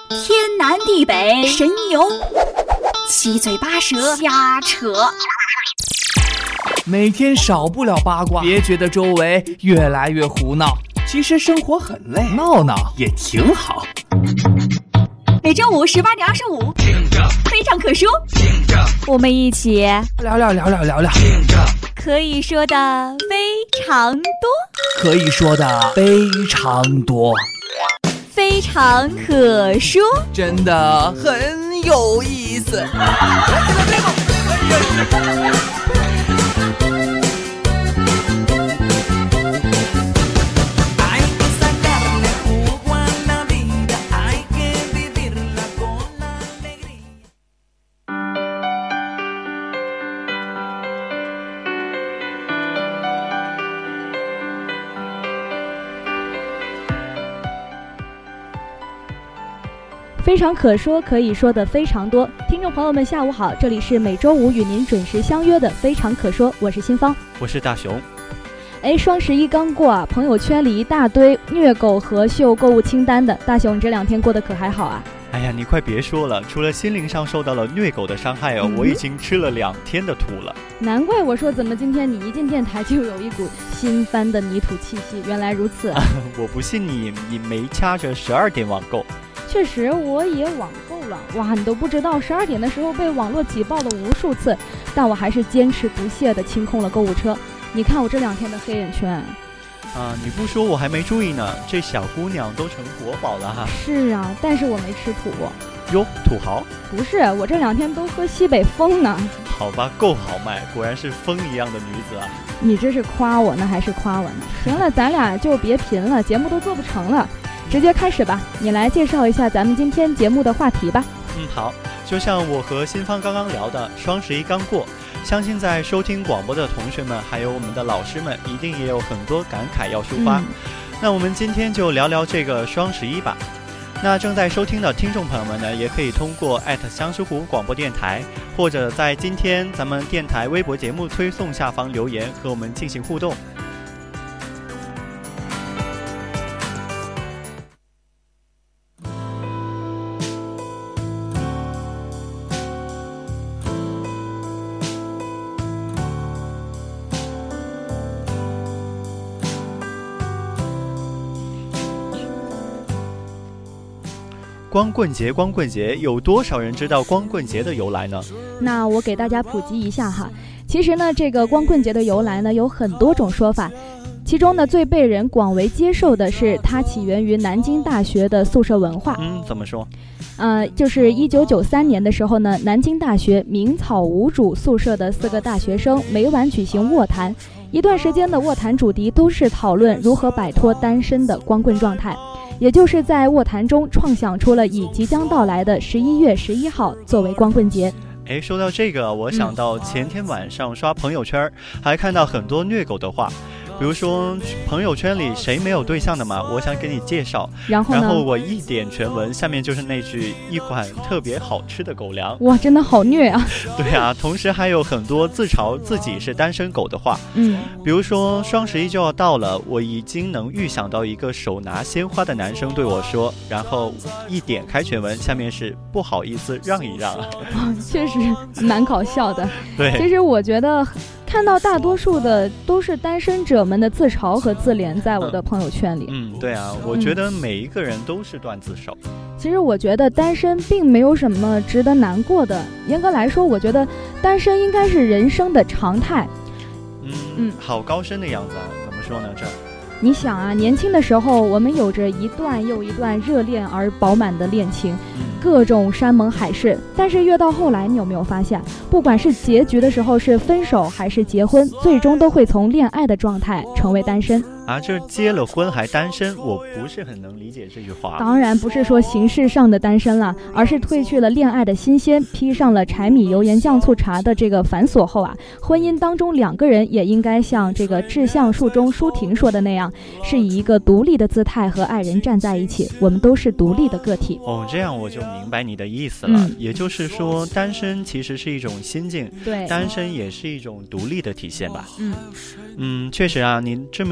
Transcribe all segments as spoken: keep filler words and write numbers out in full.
天南地北，神游，七嘴八舌，瞎扯。 每天少不了八卦，别觉得周围越来越胡闹，其实生活很累，闹闹也挺好。 每周五十八点二十五，非常可说，我们一起聊聊聊聊聊聊， 可以说的非常多， 可以说的非常多， 非常可说， 真的很有意思。 非常可说，可以说的非常多。听众朋友们下午好，这里是每周五与您准时相约的非常可说，我是新芳， 我是大熊。 哎，双十一刚过啊，朋友圈里一大堆虐狗和秀购物清单的，大熊你这两天过得可还好啊？ 哎呀，你快别说了，除了心灵上受到了虐狗的伤害哦、嗯、我已经吃了两天的土了。 难怪我说怎么今天你一进电台就有一股新翻的泥土气息，原来如此、啊、 我不信你你没掐着十二点网购。 确实我也网购了，哇，你都不知道十二点的时候被网络挤爆了无数次，但我还是坚持不懈地清空了购物车。你看我这两天的黑眼圈啊，你不说我还没注意呢，这小姑娘都成活宝了哈。 是啊，但是我没吃土。 哟，土豪？ 不是，我这两天都喝西北风呢。 好吧，够豪迈，果然是风一样的女子啊。 你这是夸我呢还是夸我呢？行了，咱俩就别贫了，节目都做不成了，直接开始吧。你来介绍一下咱们今天节目的话题吧。 嗯，好，就像我和新芳刚刚聊的，双十一刚过，相信在收听广播的同学们还有我们的老师们一定也有很多感慨要抒发、嗯、那我们今天就聊聊这个双十一吧。那正在收听的听众朋友们呢，也可以通过艾特相思湖广播电台，或者在今天咱们电台微博节目推送下方留言和我们进行互动。光棍节，光棍节，有多少人知道光棍节的由来呢？ 那我给大家普及一下哈。其实呢，这个光棍节的由来呢有很多种说法，其中呢最被人广为接受的是它起源于南京大学的宿舍文化。 嗯，怎么说？ 呃，就是一九九三年的时候呢，南京大学名草无主宿舍的四个大学生每晚举行卧谈，一段时间的卧谈主题都是讨论如何摆脱单身的光棍状态。也就是在卧谈中创想出了以即将到来的十一月十一号作为光棍节。 哎，说到这个，我想到前天晚上刷朋友圈、嗯、还看到很多虐狗的话，比如说朋友圈里谁没有对象的嘛，我想给你介绍， 然后呢， 然后我一点全文，下面就是那句一款特别好吃的狗粮。 哇，真的好虐啊。 对啊，同时还有很多自嘲自己是单身狗的话，嗯，比如说双十一就要到了，我已经能预想到一个手拿鲜花的男生对我说，然后一点开全文，下面是不好意思让一让。 哦，确实蛮搞笑的。 对， 其实我觉得看到大多数的都是单身者们的自嘲和自怜在我的朋友圈里。 嗯，嗯对啊，我觉得每一个人都是段子手、嗯、 其实我觉得单身并没有什么值得难过的，严格来说我觉得单身应该是人生的常态。 嗯嗯，好高深的样子啊，怎么说呢这你想啊，年轻的时候我们有着一段又一段热恋而饱满的恋情、嗯、各种山盟海誓，但是越到后来，你有没有发现，不管是结局的时候是分手还是结婚，最终都会从恋爱的状态成为单身啊。这结了婚还单身，我不是很能理解这句话。 当然不是说形式上的单身了，而是褪去了恋爱的新鲜，披上了柴米油盐酱醋茶的这个繁琐后啊，婚姻当中两个人也应该像这个致橡树中舒婷说的那样，是以一个独立的姿态和爱人站在一起，我们都是独立的个体。 哦，这样我就明白你的意思了、嗯、也就是说单身其实是一种心境，对，单身也是一种独立的体现吧。嗯嗯，确实啊，你这么一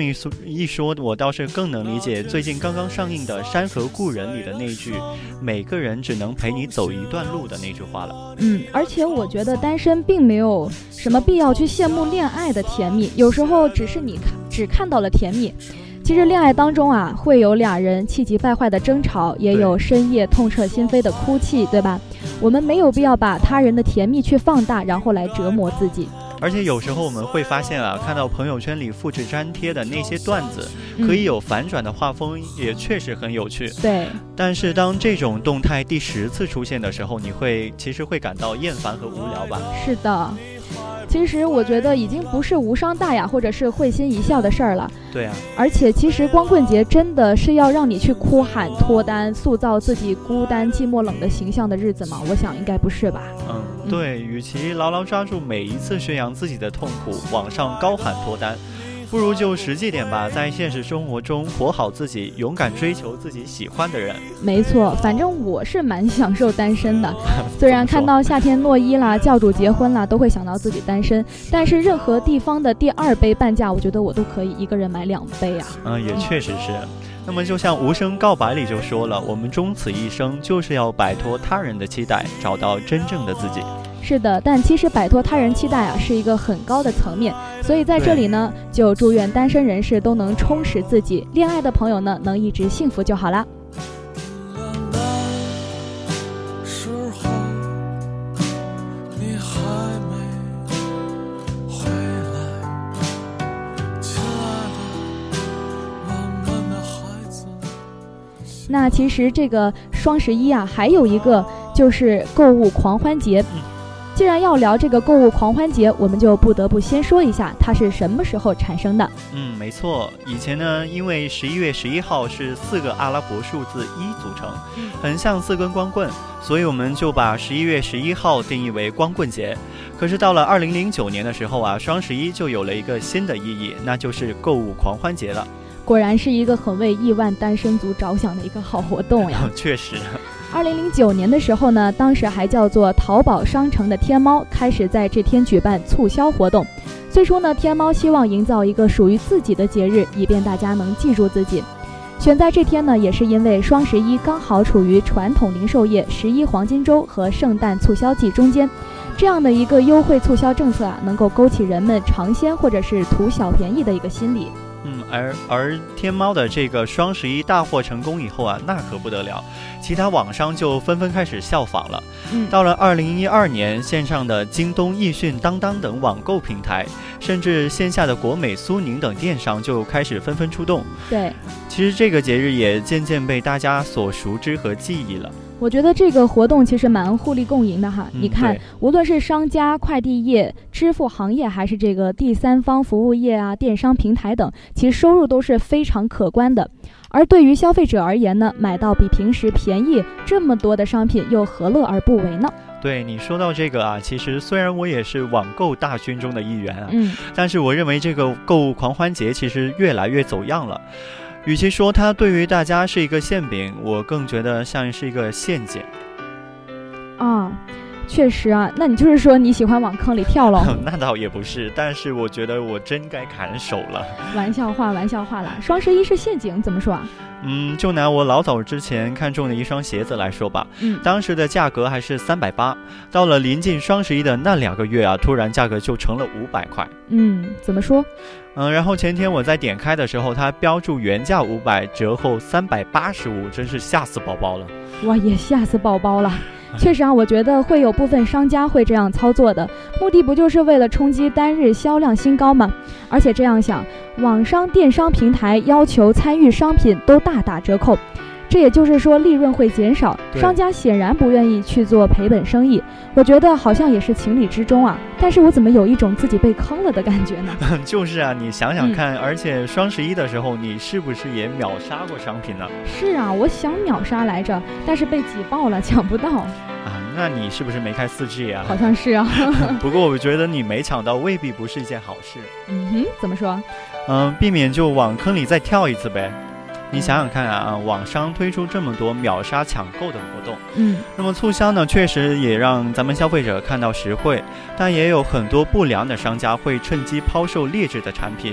一说，我倒是更能理解最近刚刚上映的《山河故人》里的那句“每个人只能陪你走一段路”的那句话了。 嗯，而且我觉得单身并没有什么必要去羡慕恋爱的甜蜜，有时候只是你看只看到了甜蜜。其实恋爱当中啊，会有俩人气急败坏的争吵，也有深夜痛彻心扉的哭泣，对吧？我们没有必要把他人的甜蜜去放大，然后来折磨自己。 而且有时候我们会发现啊，看到朋友圈里复制粘贴的那些段子，可以有反转的画风，也确实很有趣。 对。 但是当这种动态第十次出现的时候，你会其实会感到厌烦和无聊吧？ 是的。其实我觉得已经不是无伤大雅或者是会心一笑的事儿了。 对啊。 而且其实光棍节真的是要让你去哭喊脱单，塑造自己孤单寂寞冷的形象的日子吗？我想应该不是吧。 嗯，对，与其牢牢抓住每一次宣扬自己的痛苦，网上高喊脱单，不如就实际点吧，在现实生活中活好自己，勇敢追求自己喜欢的人。 没错，反正我是蛮享受单身的。虽然看到夏天诺伊啦、教主结婚啦，都会想到自己单身，但是任何地方的第二杯半价，我觉得我都可以一个人买两杯啊。 嗯，也确实是。那么就像《无声告白》里就说了，我们终此一生就是要摆脱他人的期待，找到真正的自己。 是的，但其实摆脱他人期待啊，是一个很高的层面，所以在这里呢，就祝愿单身人士都能充实自己，恋爱的朋友呢，能一直幸福就好啦。那其实这个双十一啊，还有一个就是购物狂欢节。既然要聊这个购物狂欢节，我们就不得不先说一下它是什么时候产生的。 嗯，没错，以前呢，因为十一月十一号是四个阿拉伯数字一组成，很像四根光棍，所以我们就把十一月十一号定义为光棍节。可是到了二零零九年的时候啊，双十一就有了一个新的意义，那就是购物狂欢节了。 果然是一个很为亿万单身族着想的一个好活动呀。 确实。 二零零九年的时候呢，当时还叫做淘宝商城的天猫开始在这天举办促销活动。最初呢，天猫希望营造一个属于自己的节日，以便大家能记住自己。选在这天呢，也是因为双十一刚好处于传统零售业十一黄金周和圣诞促销季中间，这样的一个优惠促销政策啊，能够勾起人们尝鲜或者是图小便宜的一个心理。 嗯，而而天猫的这个双十一大获成功以后啊，那可不得了，其他网商就纷纷开始效仿了。 嗯， 到了二零一二年，线上的京东、易迅、当当等网购平台，甚至线下的国美、苏宁等电商就开始纷纷出动。 对， 其实这个节日也渐渐被大家所熟知和记忆了。 我觉得这个活动其实蛮互利共赢的哈、嗯、你看无论是商家、快递业、支付行业，还是这个第三方服务业啊、电商平台等，其实收入都是非常可观的。而对于消费者而言呢，买到比平时便宜这么多的商品，又何乐而不为呢？ 对，你说到这个啊，其实虽然我也是网购大军中的一员啊， 嗯， 但是我认为这个购物狂欢节其实越来越走样了。与其说它对于大家是一个馅饼，我更觉得像是一个陷阱。 啊，确实啊，那你就是说你喜欢往坑里跳了？ 那倒也不是，但是我觉得我真该砍手了。 玩笑话，玩笑话啦！双十一是陷阱，怎么说啊？ 嗯，就拿我老早之前看中的一双鞋子来说吧， 嗯， 当时的价格还是三百八，到了临近双十一的那两个月啊，突然价格就成了五百块。 嗯，怎么说？ 嗯，然后前天我在点开的时候，它标注原价五百，折后三百八十五，真是吓死宝宝了。 哇，也吓死宝宝了。确实啊，我觉得会有部分商家会这样操作的，目的不就是为了冲击单日销量新高吗？而且这样想，网商、电商平台要求参与商品都大打折扣，这也就是说利润会减少，商家显然不愿意去做赔本生意，我觉得好像也是情理之中啊。但是我怎么有一种自己被坑了的感觉呢？ 就是啊，你想想看、嗯、而且双十一的时候你是不是也秒杀过商品呢？ 是啊，我想秒杀来着，但是被挤爆了，抢不到啊。 那你是不是没开 四 G 啊？ 好像是啊。 不过我觉得你没抢到未必不是一件好事。 嗯哼，怎么说？ 嗯，避免就往坑里再跳一次呗。你想想看啊，网商推出这么多秒杀抢购的活动， 嗯， 那么促销呢，确实也让咱们消费者看到实惠，但也有很多不良的商家会趁机抛售劣质的产品，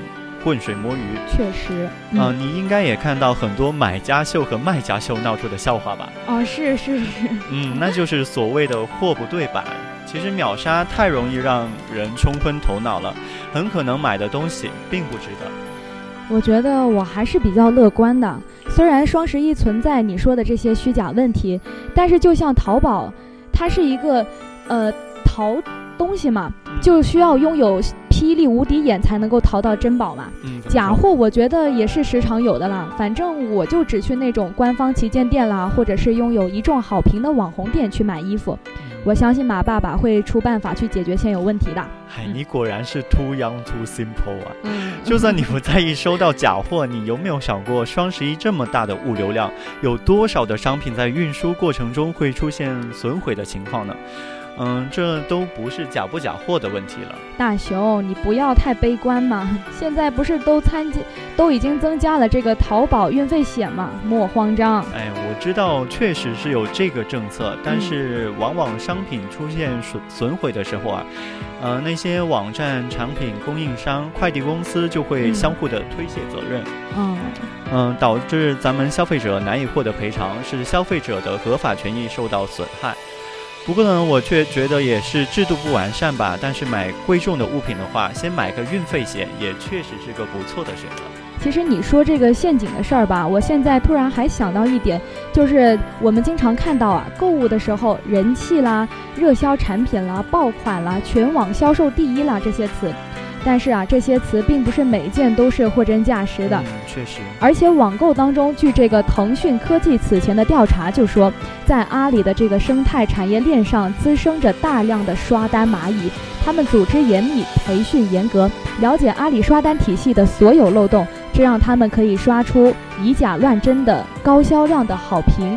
浑水摸鱼。 确实， 嗯、呃，你应该也看到很多买家秀和卖家秀闹出的笑话吧？ 哦，是是是， 嗯，那就是所谓的货不对版。其实秒杀太容易让人冲昏头脑了，很可能买的东西并不值得。 我觉得我还是比较乐观的，虽然双十一存在你说的这些虚假问题，但是就像淘宝，它是一个呃淘东西嘛，就需要拥有霹雳无敌眼才能够淘到珍宝嘛。 嗯， 假货我觉得也是时常有的啦，反正我就只去那种官方旗舰店啦，或者是拥有一众好评的网红店去买衣服。我相信马爸爸会出办法去解决现有问题的。 哎，你果然是 too young too simple 啊！ 嗯， 就算你不在意收到假货，你有没有想过双十一这么大的物流量，有多少的商品在运输过程中会出现损毁的情况呢？嗯，这都不是假不假货的问题了。 大熊，你不要太悲观嘛！现在不是都参加，都已经增加了这个淘宝运费险嘛，莫慌张。 哎，我知道确实是有这个政策，但是往往商品出现损损毁的时候啊，呃，那些网站、产品供应商、快递公司就会相互的推卸责任。 嗯。 嗯，导致咱们消费者难以获得赔偿，使消费者的合法权益受到损害。不过呢，我却觉得也是制度不完善吧。但是买贵重的物品的话，先买个运费险也确实是个不错的选择。 其实你说这个陷阱的事儿吧，我现在突然还想到一点，就是我们经常看到啊，购物的时候人气啦、热销产品啦、爆款啦、全网销售第一啦这些词。但是啊，这些词并不是每件都是货真价实的。 嗯，确实。 而且网购当中，据这个腾讯科技此前的调查就说，在阿里的这个生态产业链上滋生着大量的刷单蚂蚁，他们组织严密，培训严格，了解阿里刷单体系的所有漏洞，这让他们可以刷出以假乱真的高销量的好评。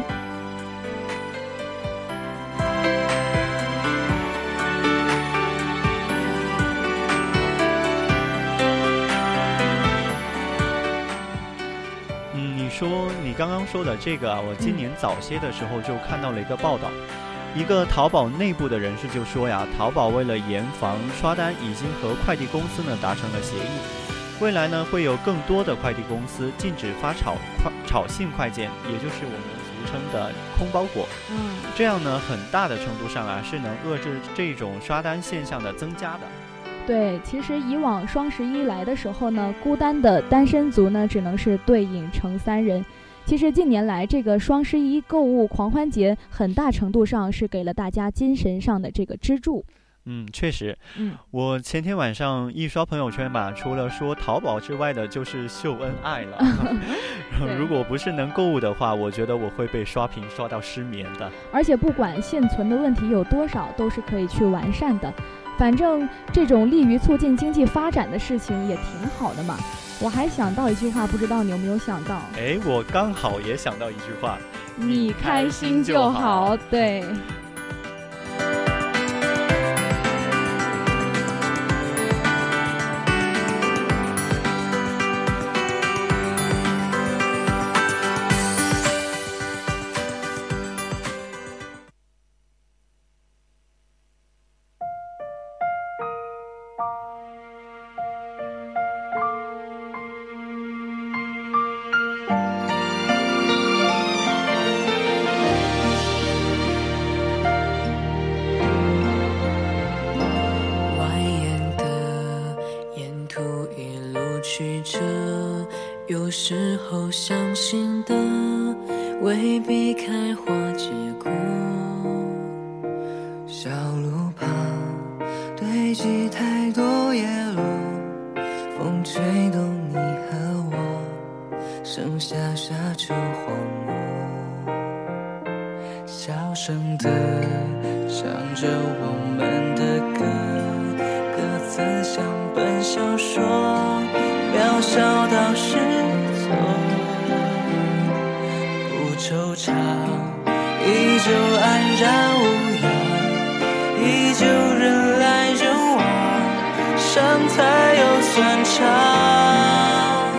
说你刚刚说的这个啊，我今年早些的时候就看到了一个报道，一个淘宝内部的人士就说呀，淘宝为了严防刷单，已经和快递公司呢达成了协议，未来呢会有更多的快递公司禁止发炒快炒信快件，也就是我们俗称的空包裹。 嗯， 这样呢很大的程度上啊是能遏制这种刷单现象的增加的。 对，其实以往双十一来的时候呢，孤单的单身族呢只能是对影成三人。其实近年来这个双十一购物狂欢节，很大程度上是给了大家精神上的这个支柱。 嗯，确实。 嗯， 我前天晚上一刷朋友圈吧，除了说淘宝之外的，就是秀恩爱了。如果不是能购物的话，我觉得我会被刷屏刷到失眠的。 而且不管现存的问题有多少，都是可以去完善的。反正这种利于促进经济发展的事情也挺好的嘛。我还想到一句话，不知道你有没有想到？ 哎，我刚好也想到一句话， 你开心就好。对。 有时候相信的未必开花结果，小路旁堆积太多叶落，风吹动你和我，剩下沙丘荒漠，小声地唱着我们的歌，歌词像本小说，渺小到失措，不惆怅，依旧安然无恙，依旧人来人往，伤才又算长。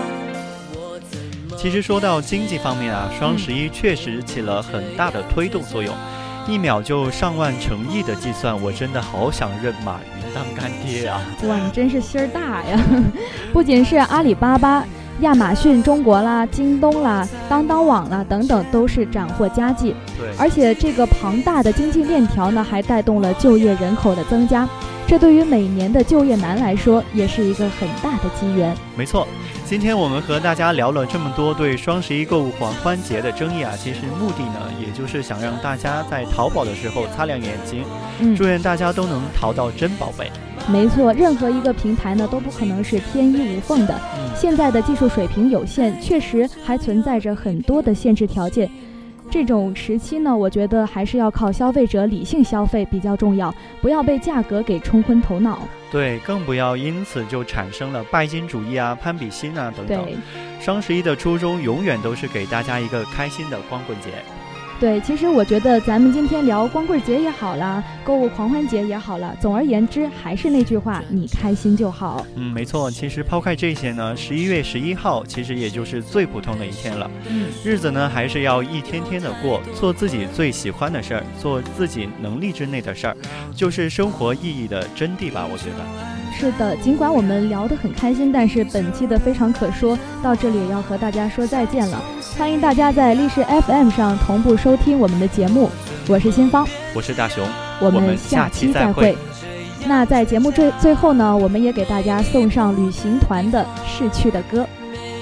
其实说到经济方面啊，双十一确实起了很大的推动作用。 一秒就上万成亿的计算，我真的好想认马云当干爹啊！ 哇，你真是心儿大呀！不仅是阿里巴巴、亚马逊中国啦、京东啦、当当网啦等等，都是斩获佳绩。 对， 而且这个庞大的经济链条呢，还带动了就业人口的增加。这对于每年的就业难来说，也是一个很大的机缘。 没错，今天我们和大家聊了这么多对双十一购物狂欢节的争议啊，其实目的呢，也就是想让大家在淘宝的时候擦亮眼睛，嗯、祝愿大家都能淘到真宝贝。 没错，任何一个平台呢都不可能是天衣无缝的，嗯、现在的技术水平有限，确实还存在着很多的限制条件。这种时期呢，我觉得还是要靠消费者理性消费比较重要，不要被价格给冲昏头脑。 对，更不要因此就产生了拜金主义啊、攀比心啊等等。双十一的初衷永远都是给大家一个开心的光棍节。 对，其实我觉得咱们今天聊光棍节也好啦，购物狂欢节也好了，总而言之还是那句话，你开心就好。 嗯，没错。其实抛开这些呢，十一月十一号其实也就是最普通的一天了。嗯，日子呢还是要一天天的过，做自己最喜欢的事儿，做自己能力之内的事儿，就是生活意义的真谛吧，我觉得。 是的，尽管我们聊得很开心，但是本期的非常可说到这里也要和大家说再见了。欢迎大家在历史 F M 上同步收听我们的节目，我是新芳， 我是大熊， 我们下期再会。那在节目最最后呢，我们也给大家送上旅行团的逝去的歌。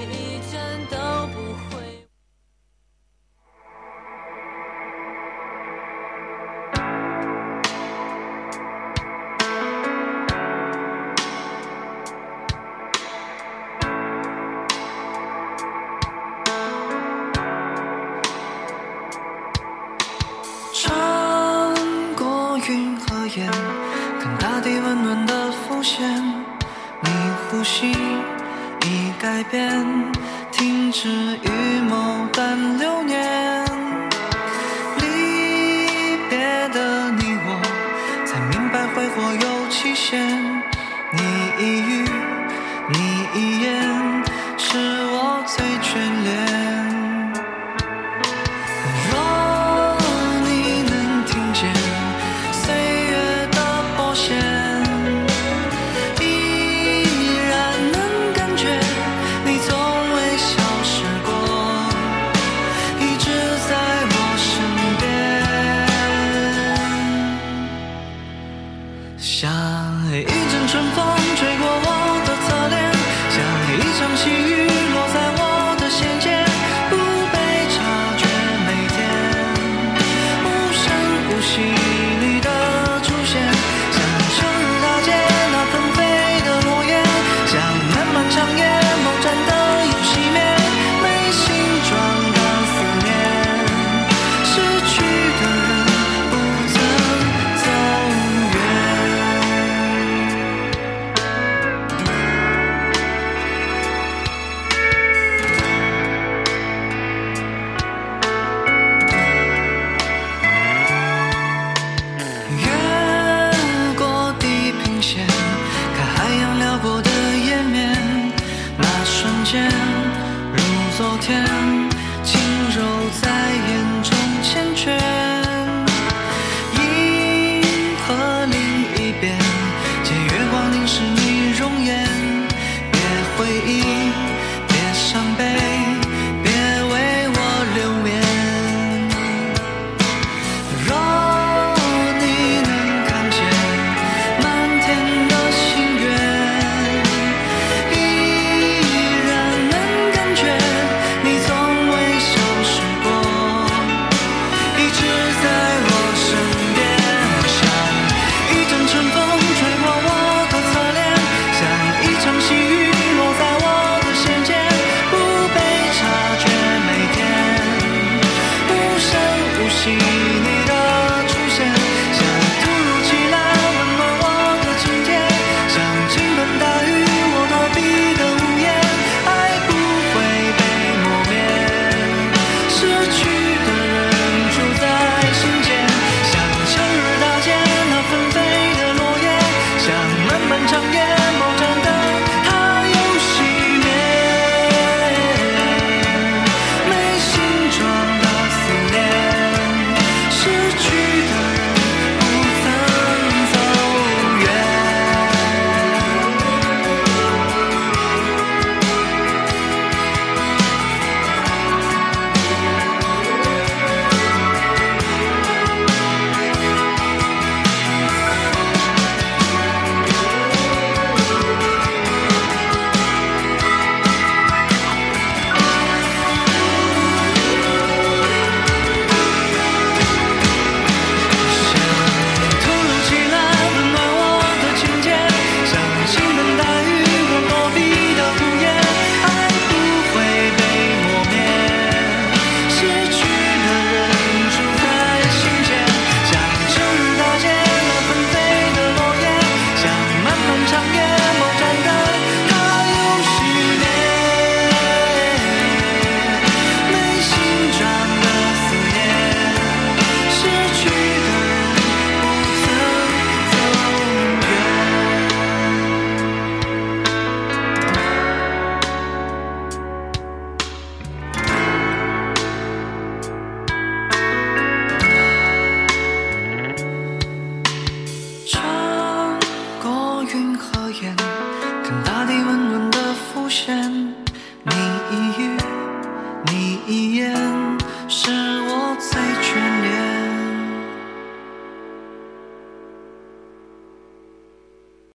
看大地温暖的浮现，你呼吸已改变，停止预谋但流年。